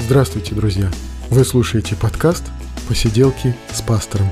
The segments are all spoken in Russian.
Здравствуйте, друзья! Вы слушаете подкаст «Посиделки с пастором».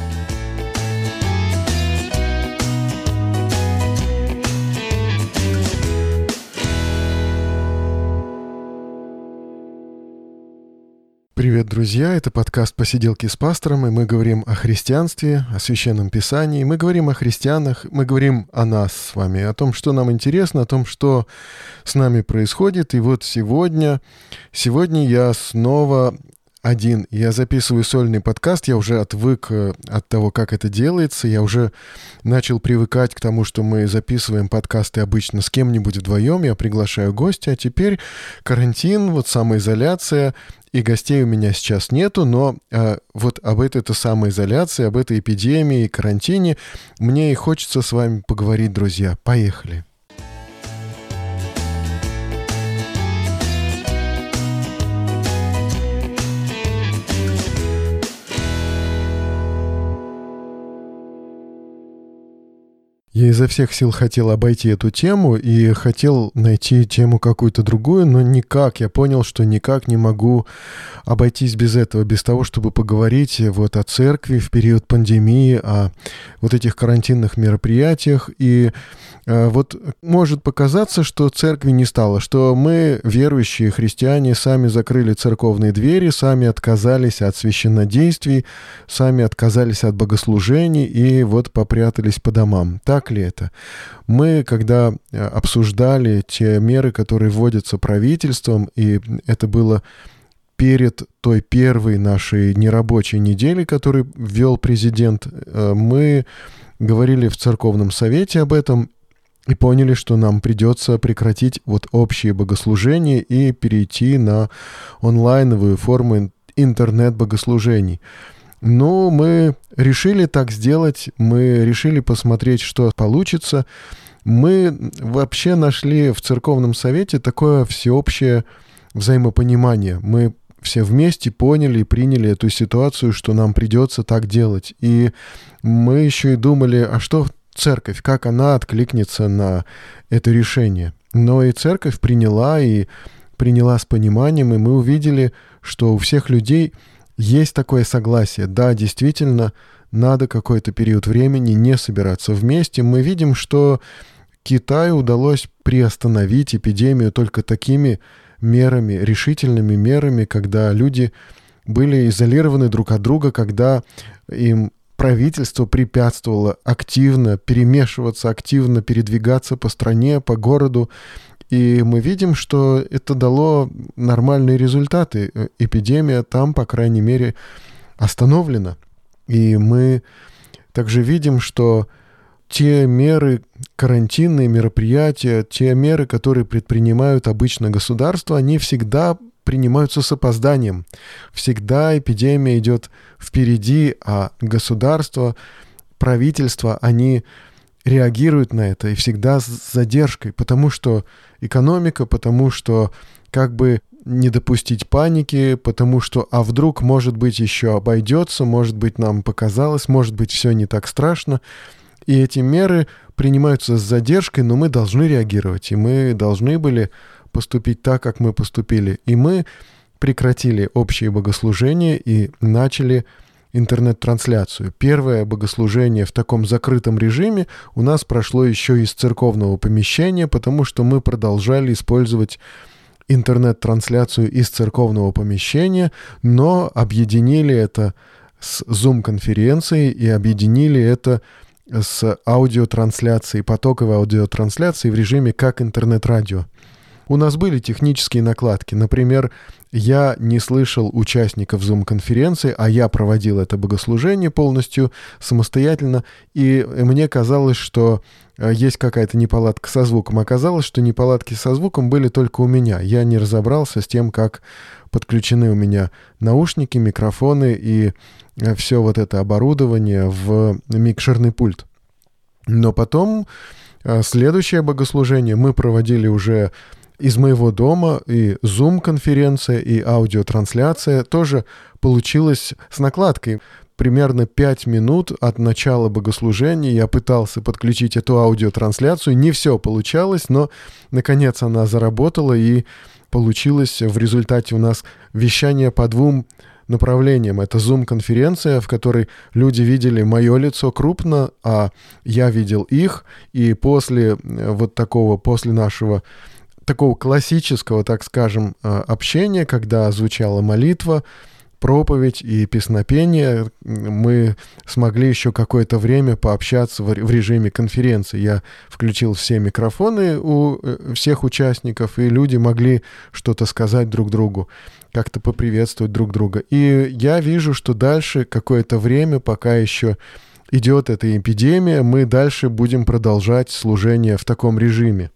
Привет, друзья! Это подкаст «Посиделки с пастором», и мы говорим о христианстве, о Священном Писании. Мы говорим о христианах, мы говорим о нас с вами, о том, что нам интересно, о том, что с нами происходит. И вот сегодня я снова один. Я записываю сольный подкаст, я уже отвык от того, как это делается. Я уже начал привыкать к тому, что мы записываем подкасты обычно с кем-нибудь вдвоем. Я приглашаю гостя, а теперь карантин, вот самоизоляция. И гостей у меня сейчас нету, но вот об этой самоизоляции, об этой эпидемии и карантине мне и хочется с вами поговорить, друзья. Поехали! Я изо всех сил хотел обойти эту тему и хотел найти тему какую-то другую, но никак. Я понял, что никак не могу обойтись без этого, без того, чтобы поговорить вот о церкви в период пандемии, о вот этих карантинных мероприятиях. И вот может показаться, что церкви не стало, что мы, верующие христиане, сами закрыли церковные двери, сами отказались от священнодействий, сами отказались от богослужений и вот попрятались по домам. Так ли это? Мы, когда обсуждали те меры, которые вводятся правительством, и это было перед той первой нашей нерабочей неделей, которую ввел президент, мы говорили в церковном совете об этом и поняли, что нам придется прекратить вот общие богослужения и перейти на онлайновую форму интернет-богослужений. Но мы решили так сделать, мы решили посмотреть, что получится. Мы вообще нашли в церковном совете такое всеобщее взаимопонимание. Мы все вместе поняли и приняли эту ситуацию, что нам придется так делать. И мы еще и думали, а что церковь, как она откликнется на это решение. Но и церковь приняла с пониманием, и мы увидели, что у всех людей есть такое согласие. Да, действительно, надо какой-то период времени не собираться вместе. Мы видим, что Китаю удалось приостановить эпидемию только такими мерами, решительными мерами, когда люди были изолированы друг от друга, когда им правительство препятствовало активно перемешиваться, активно передвигаться по стране, по городу. И мы видим, что это дало нормальные результаты. Эпидемия там, по крайней мере, остановлена. И мы также видим, что те меры, карантинные мероприятия, те меры, которые предпринимают обычно государства, они всегда принимаются с опозданием. Всегда эпидемия идет впереди, а государство, правительство, они реагируют на это и всегда с задержкой, потому что экономика, потому что как бы не допустить паники, потому что а вдруг, может быть, еще обойдется, может быть, нам показалось, может быть, все не так страшно. И эти меры принимаются с задержкой, но мы должны реагировать, и мы должны были поступить так, как мы поступили. И мы прекратили общие богослужения и начали интернет-трансляцию. Первое богослужение в таком закрытом режиме у нас прошло еще из церковного помещения, потому что мы продолжали использовать интернет-трансляцию из церковного помещения, но объединили это с Zoom-конференцией и объединили это с аудиотрансляцией, потоковой аудиотрансляцией в режиме как интернет-радио. У нас были технические накладки. Например, я не слышал участников Zoom-конференции, а я проводил это богослужение полностью самостоятельно, и мне казалось, что есть какая-то неполадка со звуком. Оказалось, что неполадки со звуком были только у меня. Я не разобрался с тем, как подключены у меня наушники, микрофоны и все вот это оборудование в микшерный пульт. Но потом следующее богослужение мы проводили уже из моего дома, и Zoom-конференция, и аудиотрансляция тоже получилась с накладкой. Примерно 5 минут от начала богослужения я пытался подключить эту аудиотрансляцию. Не все получалось, но, наконец, она заработала, и получилось в результате у нас вещание по двум направлениям. Это Zoom-конференция, в которой люди видели мое лицо крупно, а я видел их. И после после нашего такого классического, так скажем, общения, когда звучала молитва, проповедь и песнопение, мы смогли еще какое-то время пообщаться в режиме конференции. Я включил все микрофоны у всех участников, и люди могли что-то сказать друг другу, как-то поприветствовать друг друга. И я вижу, что дальше какое-то время, пока еще идет эта эпидемия, мы дальше будем продолжать служение в таком режиме.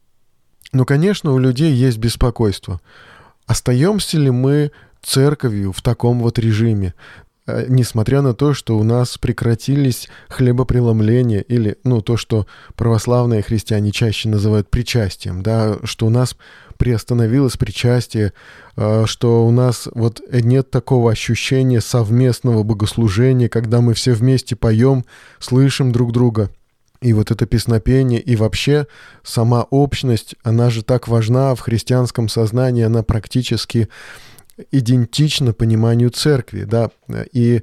Но, конечно, у людей есть беспокойство. Остаемся ли мы церковью в таком вот режиме, несмотря на то, что у нас прекратились хлебопреломления или, то, что православные христиане чаще называют причастием, да, что у нас приостановилось причастие, что у нас нет такого ощущения совместного богослужения, когда мы все вместе поем, слышим друг друга. И это песнопение, и вообще сама общность, она же так важна в христианском сознании, она практически идентично пониманию церкви, да, и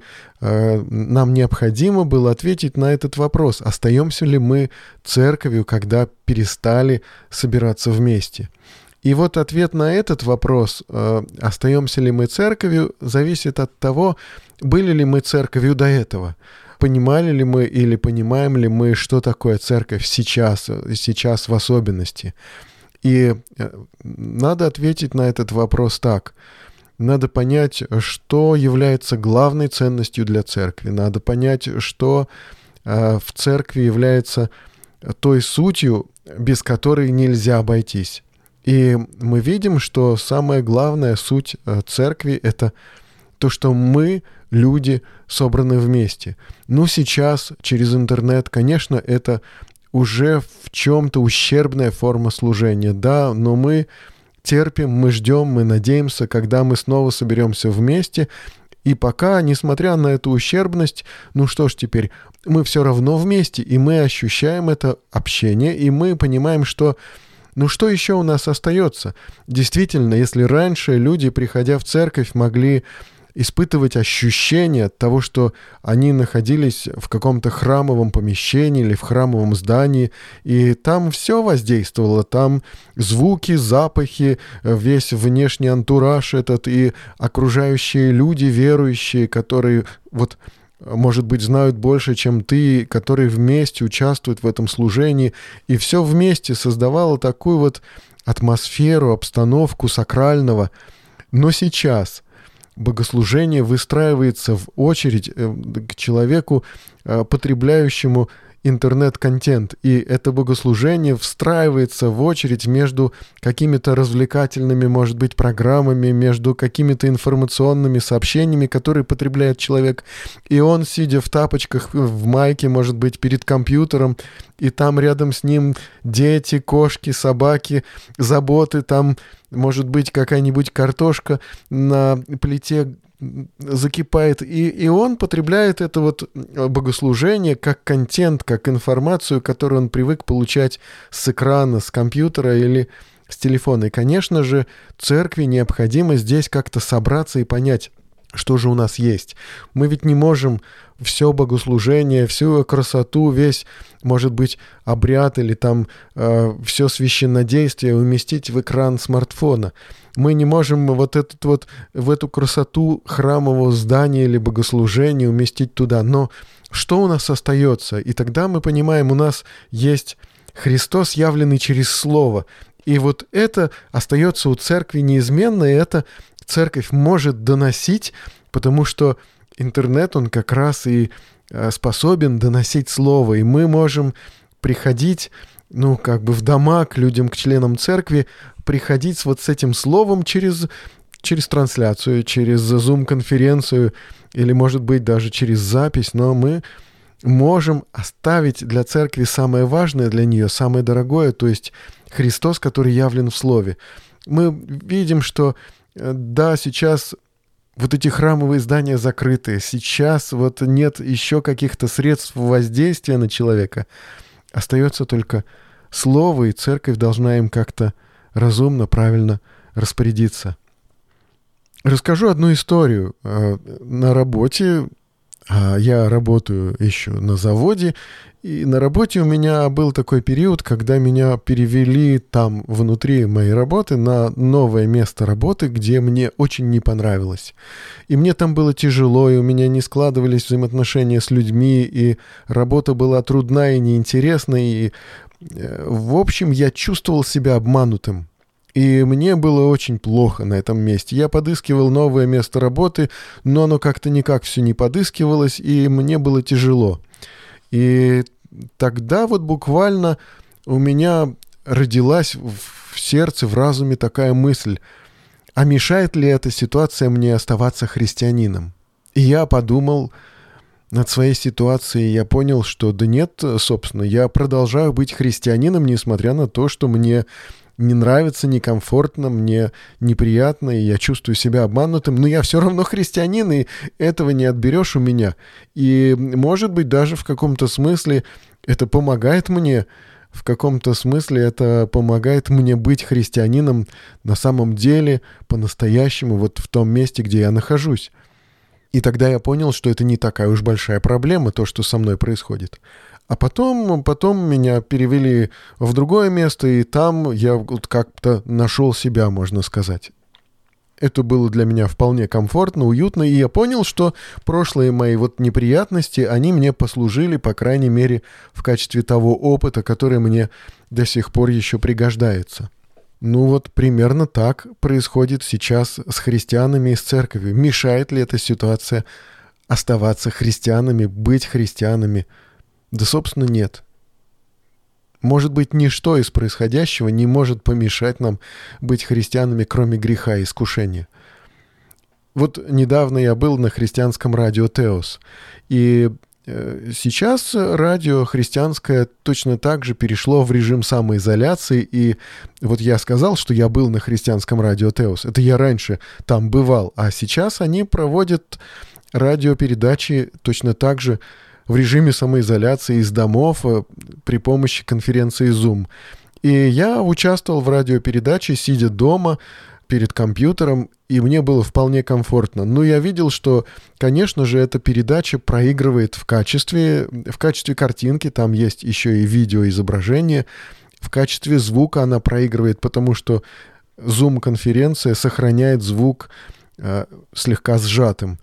нам необходимо было ответить на этот вопрос, остаемся ли мы церковью, когда перестали собираться вместе. И ответ на этот вопрос, остаемся ли мы церковью, зависит от того, были ли мы церковью до этого, понимали ли мы или понимаем ли мы, что такое церковь сейчас в особенности. И надо ответить на этот вопрос так. Надо понять, что является главной ценностью для церкви. Надо понять, что в церкви является той сутью, без которой нельзя обойтись. И мы видим, что самая главная суть церкви — это то, что мы, люди, собраны вместе. Сейчас через интернет, конечно, это уже в чем-то ущербная форма служения, да, но мы терпим, мы ждем, мы надеемся, когда мы снова соберемся вместе. И пока, несмотря на эту ущербность, что ж теперь, мы все равно вместе, и мы ощущаем это общение, и мы понимаем, что что еще у нас остается? Действительно, если раньше люди, приходя в церковь, могли испытывать ощущение от того, что они находились в каком-то храмовом помещении или в храмовом здании, и там все воздействовало, там звуки, запахи, весь внешний антураж этот и окружающие люди, верующие, которые может быть, знают больше, чем ты, которые вместе участвуют в этом служении, и все вместе создавало такую атмосферу, обстановку сакрального. Но сейчас богослужение выстраивается в очередь к человеку, потребляющему интернет-контент. И это богослужение встраивается в очередь между какими-то развлекательными, может быть, программами, между какими-то информационными сообщениями, которые потребляет человек. И он, сидя в тапочках, в майке, может быть, перед компьютером, и там рядом с ним дети, кошки, собаки, заботы, там, может быть, какая-нибудь картошка на плите закипает, и он потребляет это богослужение как контент, как информацию, которую он привык получать с экрана, с компьютера или с телефона. И, конечно же, церкви необходимо здесь как-то собраться и понять, что же у нас есть. Мы ведь не можем все богослужение, всю красоту, весь, может быть, обряд или там все священнодействие уместить в экран смартфона. Мы не можем в эту красоту храмового здания или богослужения уместить туда. Но что у нас остается? И тогда мы понимаем, у нас есть Христос, явленный через Слово. И это остается у церкви неизменно, и это церковь может доносить, потому что интернет, он как раз и способен доносить Слово. И мы можем приходить, в дома к людям, к членам церкви, приходить с этим Словом через трансляцию, через Zoom-конференцию или, может быть, даже через запись, но мы можем оставить для церкви самое важное для нее, самое дорогое, то есть Христос, который явлен в Слове. Мы видим, что да, сейчас эти храмовые здания закрыты, сейчас нет еще каких-то средств воздействия на человека. Остается только Слово, и церковь должна им как-то разумно, правильно распорядиться. Расскажу одну историю. На работе, я работаю еще на заводе, и на работе у меня был такой период, когда меня перевели там внутри моей работы на новое место работы, где мне очень не понравилось. И мне там было тяжело, и у меня не складывались взаимоотношения с людьми, и работа была трудная и неинтересная, и, в общем, я чувствовал себя обманутым. И мне было очень плохо на этом месте. Я подыскивал новое место работы, но оно как-то никак все не подыскивалось, и мне было тяжело. И тогда вот буквально у меня родилась в сердце, в разуме такая мысль: а мешает ли эта ситуация мне оставаться христианином? И я подумал над своей ситуацией, я понял, что да нет, собственно, я продолжаю быть христианином, несмотря на то, что мне не нравится, некомфортно, мне неприятно, и я чувствую себя обманутым, но я все равно христианин, и этого не отберешь у меня. И, может быть, даже в каком-то смысле это помогает мне, в каком-то смысле это помогает мне быть христианином на самом деле, по-настоящему, вот в том месте, где я нахожусь. И тогда я понял, что это не такая уж большая проблема, то, что со мной происходит. А потом меня перевели в другое место, и там я вот как-то нашел себя, можно сказать. Это было для меня вполне комфортно, уютно, и я понял, что прошлые мои вот неприятности, они мне послужили, по крайней мере, в качестве того опыта, который мне до сих пор еще пригождается. Ну вот примерно так происходит сейчас с христианами и с церковью. Мешает ли эта ситуация оставаться христианами, быть христианами? Да, собственно, нет. Может быть, ничто из происходящего не может помешать нам быть христианами, кроме греха и искушения. Вот недавно я был на христианском радио «Теос», и сейчас радио христианское точно так же перешло в режим самоизоляции, и вот я сказал, что я был на христианском радио «Теос». Это я раньше там бывал, а сейчас они проводят радиопередачи точно так же в режиме самоизоляции из домов при помощи конференции Zoom. И я участвовал в радиопередаче, сидя дома перед компьютером, и мне было вполне комфортно. Но я видел, что, конечно же, эта передача проигрывает в качестве картинки, там есть еще и видеоизображение, в качестве звука она проигрывает, потому что Zoom-конференция сохраняет звук слегка сжатым.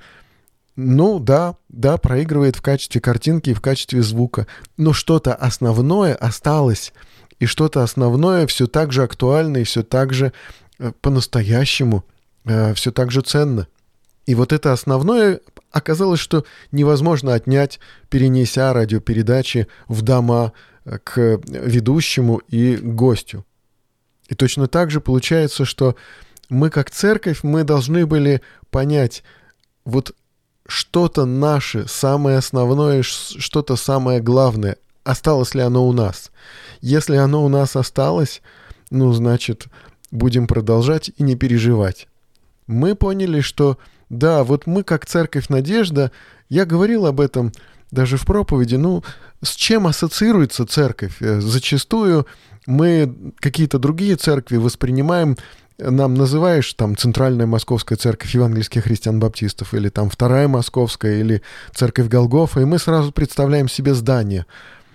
Ну да, проигрывает в качестве картинки и в качестве звука. Но что-то основное осталось. И что-то основное все так же актуально и все так же по-настоящему, все так же ценно. И вот это основное оказалось, что невозможно отнять, перенеся радиопередачи в дома к ведущему и гостю. И точно так же получается, что мы как церковь, мы должны были понять, вот что-то наше, самое основное, что-то самое главное, осталось ли оно у нас. Если оно у нас осталось, ну, значит, будем продолжать и не переживать. Мы поняли, что да, вот мы как церковь «Надежда», я говорил об этом даже в проповеди, ну, с чем ассоциируется церковь? Зачастую мы какие-то другие церкви воспринимаем. Нам называешь там Центральная Московская Церковь Евангельских Христиан-Баптистов или там Вторая Московская или Церковь Голгофа, и мы сразу представляем себе здание.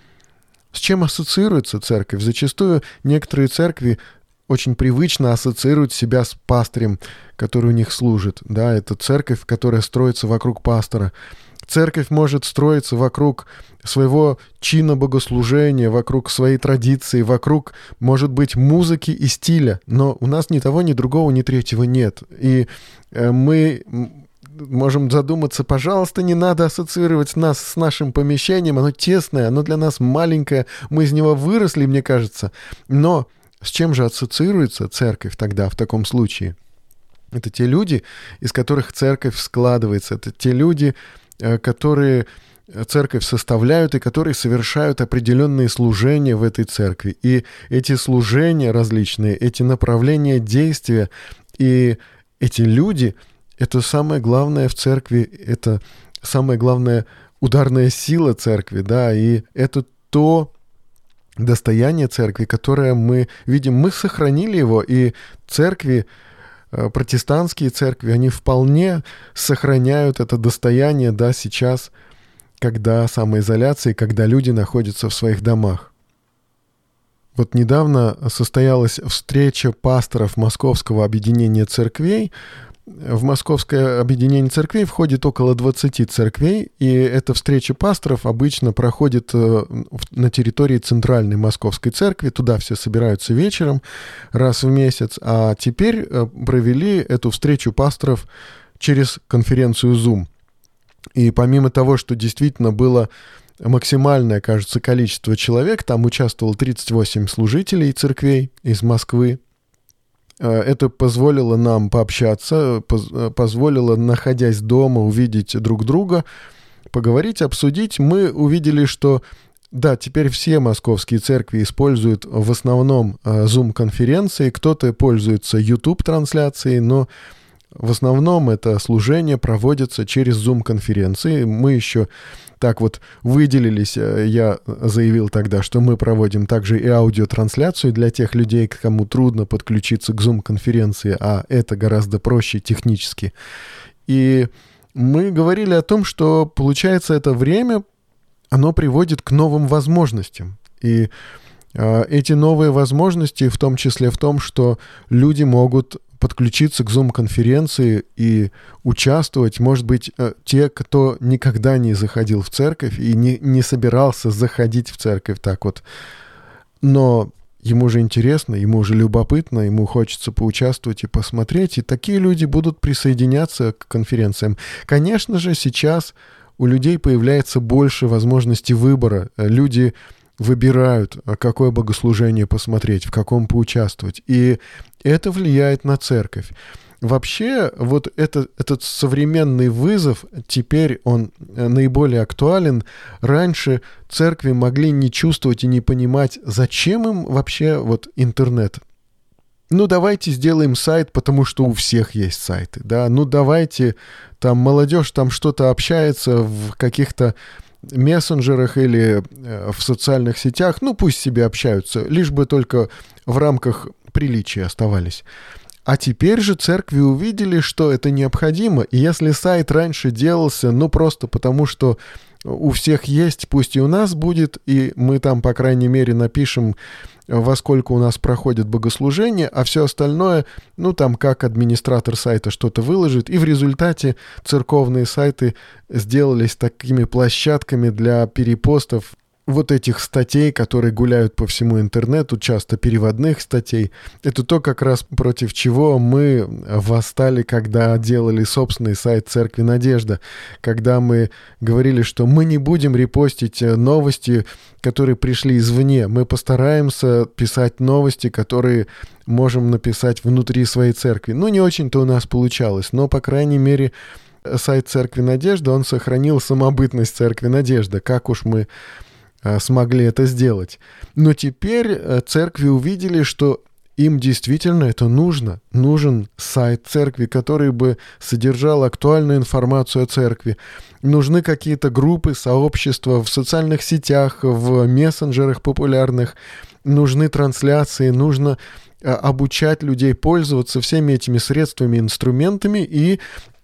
С чем ассоциируется церковь? Зачастую некоторые церкви очень привычно ассоциируют себя с пастырем, который у них служит. Да, это церковь, которая строится вокруг пастора. Церковь может строиться вокруг своего чина богослужения, вокруг своей традиции, вокруг, может быть, музыки и стиля. Но у нас ни того, ни другого, ни третьего нет. И мы можем задуматься, пожалуйста, не надо ассоциировать нас с нашим помещением. Оно тесное, оно для нас маленькое. Мы из него выросли, мне кажется. Но с чем же ассоциируется церковь тогда в таком случае? Это те люди, из которых церковь складывается. Это те люди, которые церковь составляют и которые совершают определенные служения в этой церкви. И эти служения различные, эти направления действия и эти люди — это самое главное в церкви, это самая главная ударная сила церкви, да, и это то достояние церкви, которое мы видим. Мы сохранили его, и церкви протестантские церкви, они вполне сохраняют это достояние, да, сейчас, когда самоизоляция, когда люди находятся в своих домах. Вот недавно состоялась встреча пасторов Московского объединения церквей. В Московское объединение церквей входит около 20 церквей, и эта встреча пасторов обычно проходит на территории Центральной Московской церкви. Туда все собираются вечером раз в месяц, а теперь провели эту встречу пасторов через конференцию Zoom. И помимо того, что действительно было максимальное, кажется, количество человек, там участвовало 38 служителей церквей из Москвы. Это позволило нам пообщаться, позволило, находясь дома, увидеть друг друга, поговорить, обсудить. Мы увидели, что да, теперь все московские церкви используют в основном Zoom-конференции, кто-то пользуется YouTube-трансляцией, но в основном это служение проводится через Zoom-конференции. Мы еще так вот выделились, я заявил тогда, что мы проводим также и аудиотрансляцию для тех людей, кому трудно подключиться к Zoom-конференции, а это гораздо проще технически. И мы говорили о том, что, получается, это время, оно приводит к новым возможностям. И эти новые возможности в том числе в том, что люди могут подключиться к Zoom-конференции и участвовать. Может быть, те, кто никогда не заходил в церковь и не собирался заходить в церковь так вот. Но ему же интересно, ему же любопытно, ему хочется поучаствовать и посмотреть. И такие люди будут присоединяться к конференциям. Конечно же, сейчас у людей появляется больше возможностей выбора. Люди выбирают, какое богослужение посмотреть, в каком поучаствовать. И это влияет на церковь. Вообще, вот этот современный вызов, теперь он наиболее актуален. Раньше церкви могли не чувствовать и не понимать, зачем им вообще вот интернет. Ну, давайте сделаем сайт, потому что у всех есть сайты, да. Ну, давайте, там молодежь там что-то общается в каких-то мессенджерах или в социальных сетях, ну пусть себе общаются, лишь бы только в рамках приличия оставались. А теперь же церкви увидели, что это необходимо, и если сайт раньше делался, ну просто потому, что у всех есть, пусть и у нас будет, и мы там, по крайней мере, напишем, во сколько у нас проходит богослужение, а все остальное, ну там как администратор сайта что-то выложит, и в результате церковные сайты сделались такими площадками для перепостов вот этих статей, которые гуляют по всему интернету, часто переводных статей. Это то, как раз против чего мы восстали, когда делали собственный сайт Церкви Надежда, когда мы говорили, что мы не будем репостить новости, которые пришли извне. Мы постараемся писать новости, которые можем написать внутри своей церкви. Ну, не очень-то у нас получалось, но, по крайней мере, сайт Церкви Надежда, он сохранил самобытность Церкви Надежда. Как уж мы смогли это сделать. Но теперь церкви увидели, что им действительно это нужно. Нужен сайт церкви, который бы содержал актуальную информацию о церкви. Нужны какие-то группы, сообщества в социальных сетях, в мессенджерах популярных. Нужны трансляции, нужно обучать людей пользоваться всеми этими средствами, инструментами и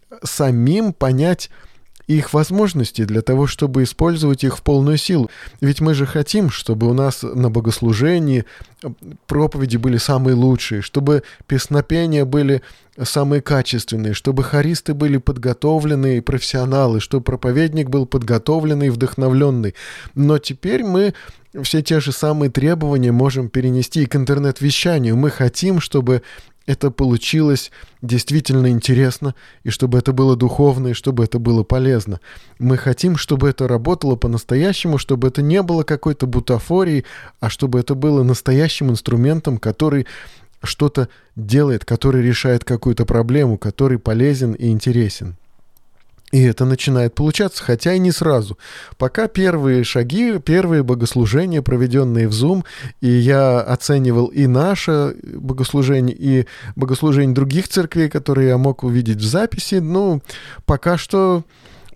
самим понять их возможности для того, чтобы использовать их в полную силу. Ведь мы же хотим, чтобы у нас на богослужении проповеди были самые лучшие, чтобы песнопения были самые качественные, чтобы хористы были подготовленные профессионалы, чтобы проповедник был подготовленный и вдохновленный. Но теперь мы все те же самые требования можем перенести и к интернет-вещанию. Мы хотим, чтобы это получилось действительно интересно, и чтобы это было духовно, и чтобы это было полезно. Мы хотим, чтобы это работало по-настоящему, чтобы это не было какой-то бутафорией, а чтобы это было настоящим инструментом, который что-то делает, который решает какую-то проблему, который полезен и интересен. И это начинает получаться, хотя и не сразу. Пока первые шаги, первые богослужения, проведенные в Zoom, и я оценивал и наше богослужение, и богослужение других церквей, которые я мог увидеть в записи, ну, пока что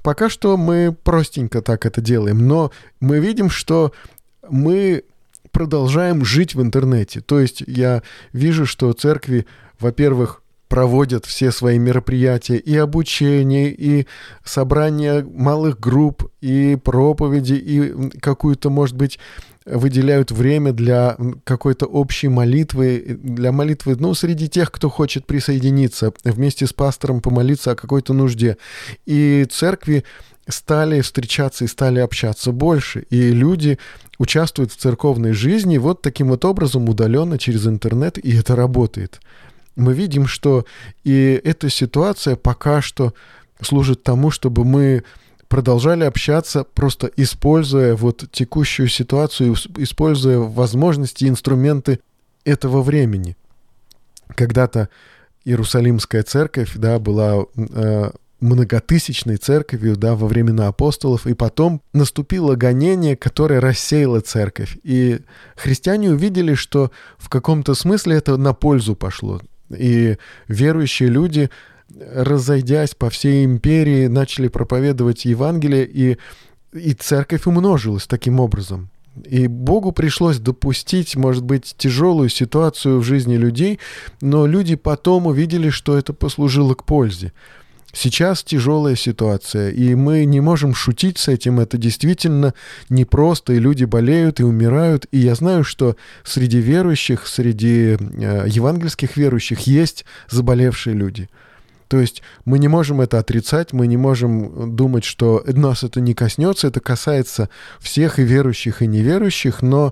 мы простенько так это делаем. Но мы видим, что мы продолжаем жить в интернете. То есть я вижу, что церкви, во-первых, проводят все свои мероприятия, и обучение, и собрание малых групп, и проповеди, и какую-то, может быть, выделяют время для какой-то общей молитвы, для молитвы, среди тех, кто хочет присоединиться, вместе с пастором помолиться о какой-то нужде. И церкви стали встречаться и стали общаться больше, и люди участвуют в церковной жизни вот таким вот образом, удаленно, через интернет, и это работает. Мы видим, что и эта ситуация пока что служит тому, чтобы мы продолжали общаться, просто используя вот текущую ситуацию, используя возможности и инструменты этого времени. Когда-то Иерусалимская церковь, да, была многотысячной церковью, да, во времена апостолов, и потом наступило гонение, которое рассеяло церковь. И христиане увидели, что в каком-то смысле это на пользу пошло. И верующие люди, разойдясь по всей империи, начали проповедовать Евангелие, и церковь умножилась таким образом. И Богу пришлось допустить, может быть, тяжелую ситуацию в жизни людей, но люди потом увидели, что это послужило к пользе. Сейчас тяжелая ситуация, и мы не можем шутить с этим. Это действительно непросто, и люди болеют и умирают. И я знаю, что среди верующих, среди евангельских верующих есть заболевшие люди. То есть мы не можем это отрицать, мы не можем думать, что нас это не коснется. Это касается всех, и верующих, и неверующих, но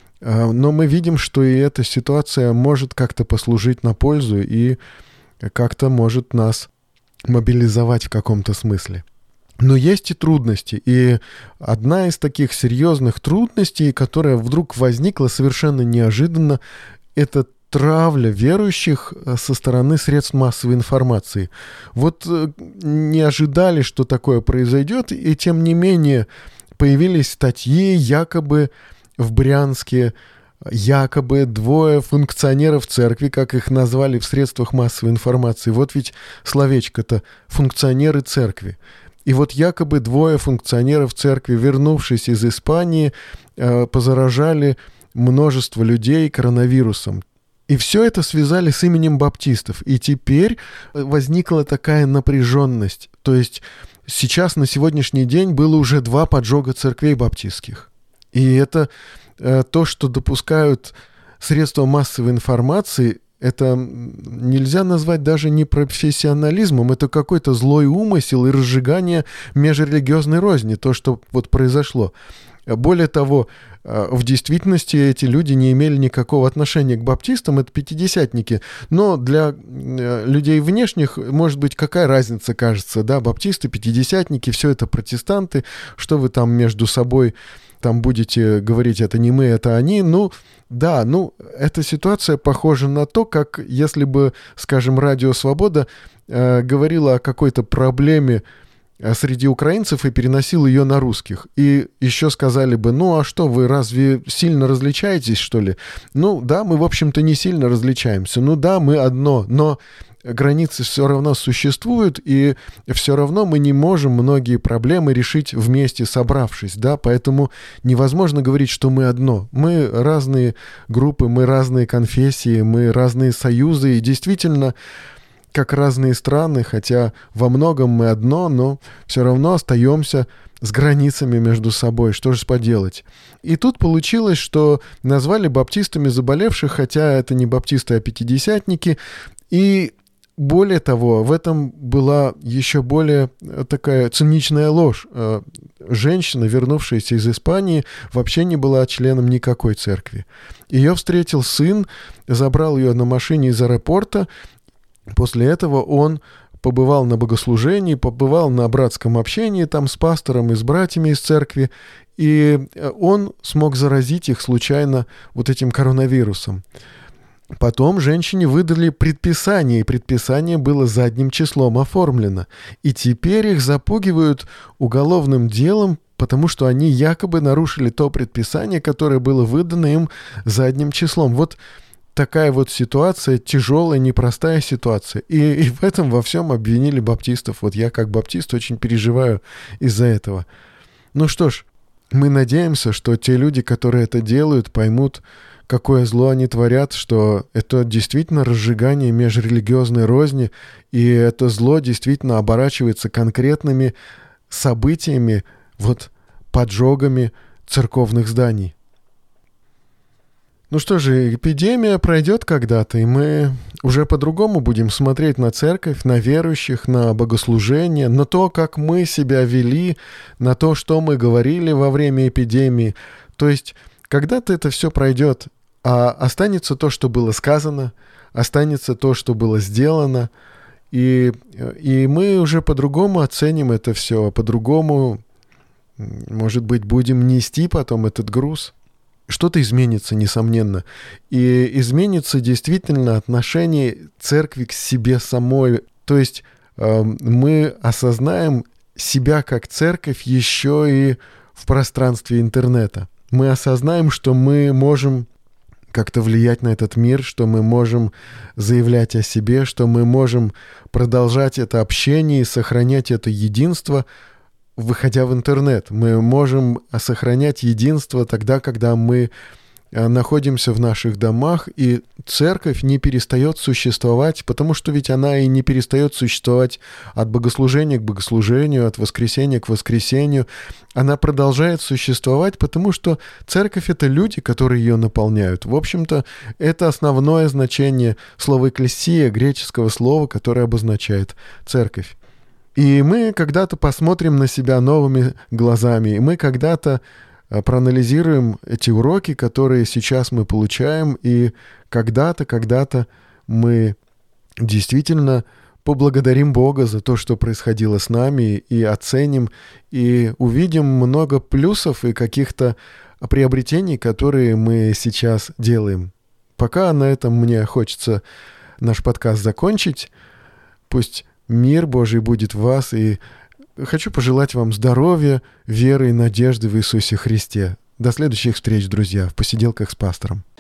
мы видим, что и эта ситуация может как-то послужить на пользу и как-то может нас мобилизовать в каком-то смысле. Но есть и трудности. И одна из таких серьезных трудностей, которая вдруг возникла совершенно неожиданно, это травля верующих со стороны средств массовой информации. Вот не ожидали, что такое произойдет, и тем не менее появились статьи, якобы в Брянске якобы 2 функционеров церкви, как их назвали в средствах массовой информации. Вот ведь словечко-то «функционеры церкви». И вот якобы 2 функционеров церкви, вернувшись из Испании, позаражали множество людей коронавирусом. И все это связали с именем баптистов. И теперь возникла такая напряженность. То есть сейчас, на сегодняшний день, было уже 2 поджога церквей баптистских. И это то, что допускают средства массовой информации, это нельзя назвать даже не профессионализмом, это какой-то злой умысел и разжигание межрелигиозной розни, то, что вот произошло. Более того, в действительности эти люди не имели никакого отношения к баптистам, это пятидесятники. Но для людей внешних, может быть, какая разница, кажется, да, баптисты, пятидесятники, все это протестанты, что вы там между собой там будете говорить, это не мы, это они. Эта ситуация похожа на то, как если бы, скажем, Радио Свобода говорила о какой-то проблеме среди украинцев и переносил ее на русских. И еще сказали бы, а что, вы разве сильно различаетесь, что ли? Да, мы, в общем-то, не сильно различаемся. Да, мы одно, но границы все равно существуют, и все равно мы не можем многие проблемы решить вместе, собравшись, да, поэтому невозможно говорить, что мы одно. Мы разные группы, мы разные конфессии, мы разные союзы, и действительно, как разные страны, хотя во многом мы одно, но все равно остаемся с границами между собой. Что же поделать? И тут получилось, что назвали баптистами заболевших, хотя это не баптисты, а пятидесятники, и более того, в этом была еще более такая циничная ложь. Женщина, вернувшаяся из Испании, вообще не была членом никакой церкви. Ее встретил сын, забрал ее на машине из аэропорта. После этого он побывал на богослужении, побывал на братском общении там с пастором и с братьями из церкви, и он смог заразить их случайно вот этим коронавирусом. Потом женщине выдали предписание, и предписание было задним числом оформлено. И теперь их запугивают уголовным делом, потому что они якобы нарушили то предписание, которое было выдано им задним числом. Вот такая вот ситуация, тяжелая, непростая ситуация. И в этом во всем обвинили баптистов. Вот я как баптист очень переживаю из-за этого. Ну что ж, мы надеемся, что те люди, которые это делают, поймут, какое зло они творят, что это действительно разжигание межрелигиозной розни, и это зло действительно оборачивается конкретными событиями, вот поджогами церковных зданий. Ну что же, эпидемия пройдет когда-то, и мы уже по-другому будем смотреть на церковь, на верующих, на богослужение, на то, как мы себя вели, на то, что мы говорили во время эпидемии. То есть когда-то это все пройдет, а останется то, что было сказано, останется то, что было сделано, и мы уже по-другому оценим это все, по-другому, может быть, будем нести потом этот груз. Что-то изменится, несомненно. И изменится действительно отношение церкви к себе самой. То есть мы осознаем себя как церковь еще и в пространстве интернета. Мы осознаем, что мы можем как-то влиять на этот мир, что мы можем заявлять о себе, что мы можем продолжать это общение и сохранять это единство, выходя в интернет. Мы можем сохранять единство тогда, когда мы находимся в наших домах, и церковь не перестает существовать, потому что ведь она и не перестает существовать от богослужения к богослужению, от воскресения к воскресению. Она продолжает существовать, потому что церковь — это люди, которые ее наполняют. В общем-то, это основное значение слова «экклесия», греческого слова, которое обозначает церковь. И мы когда-то посмотрим на себя новыми глазами, и мы когда-то проанализируем эти уроки, которые сейчас мы получаем, и когда-то мы действительно поблагодарим Бога за то, что происходило с нами, и оценим, и увидим много плюсов и каких-то приобретений, которые мы сейчас делаем. Пока на этом мне хочется наш подкаст закончить. Пусть мир Божий будет в вас, и хочу пожелать вам здоровья, веры и надежды в Иисусе Христе. До следующих встреч, друзья, в посиделках с пастором.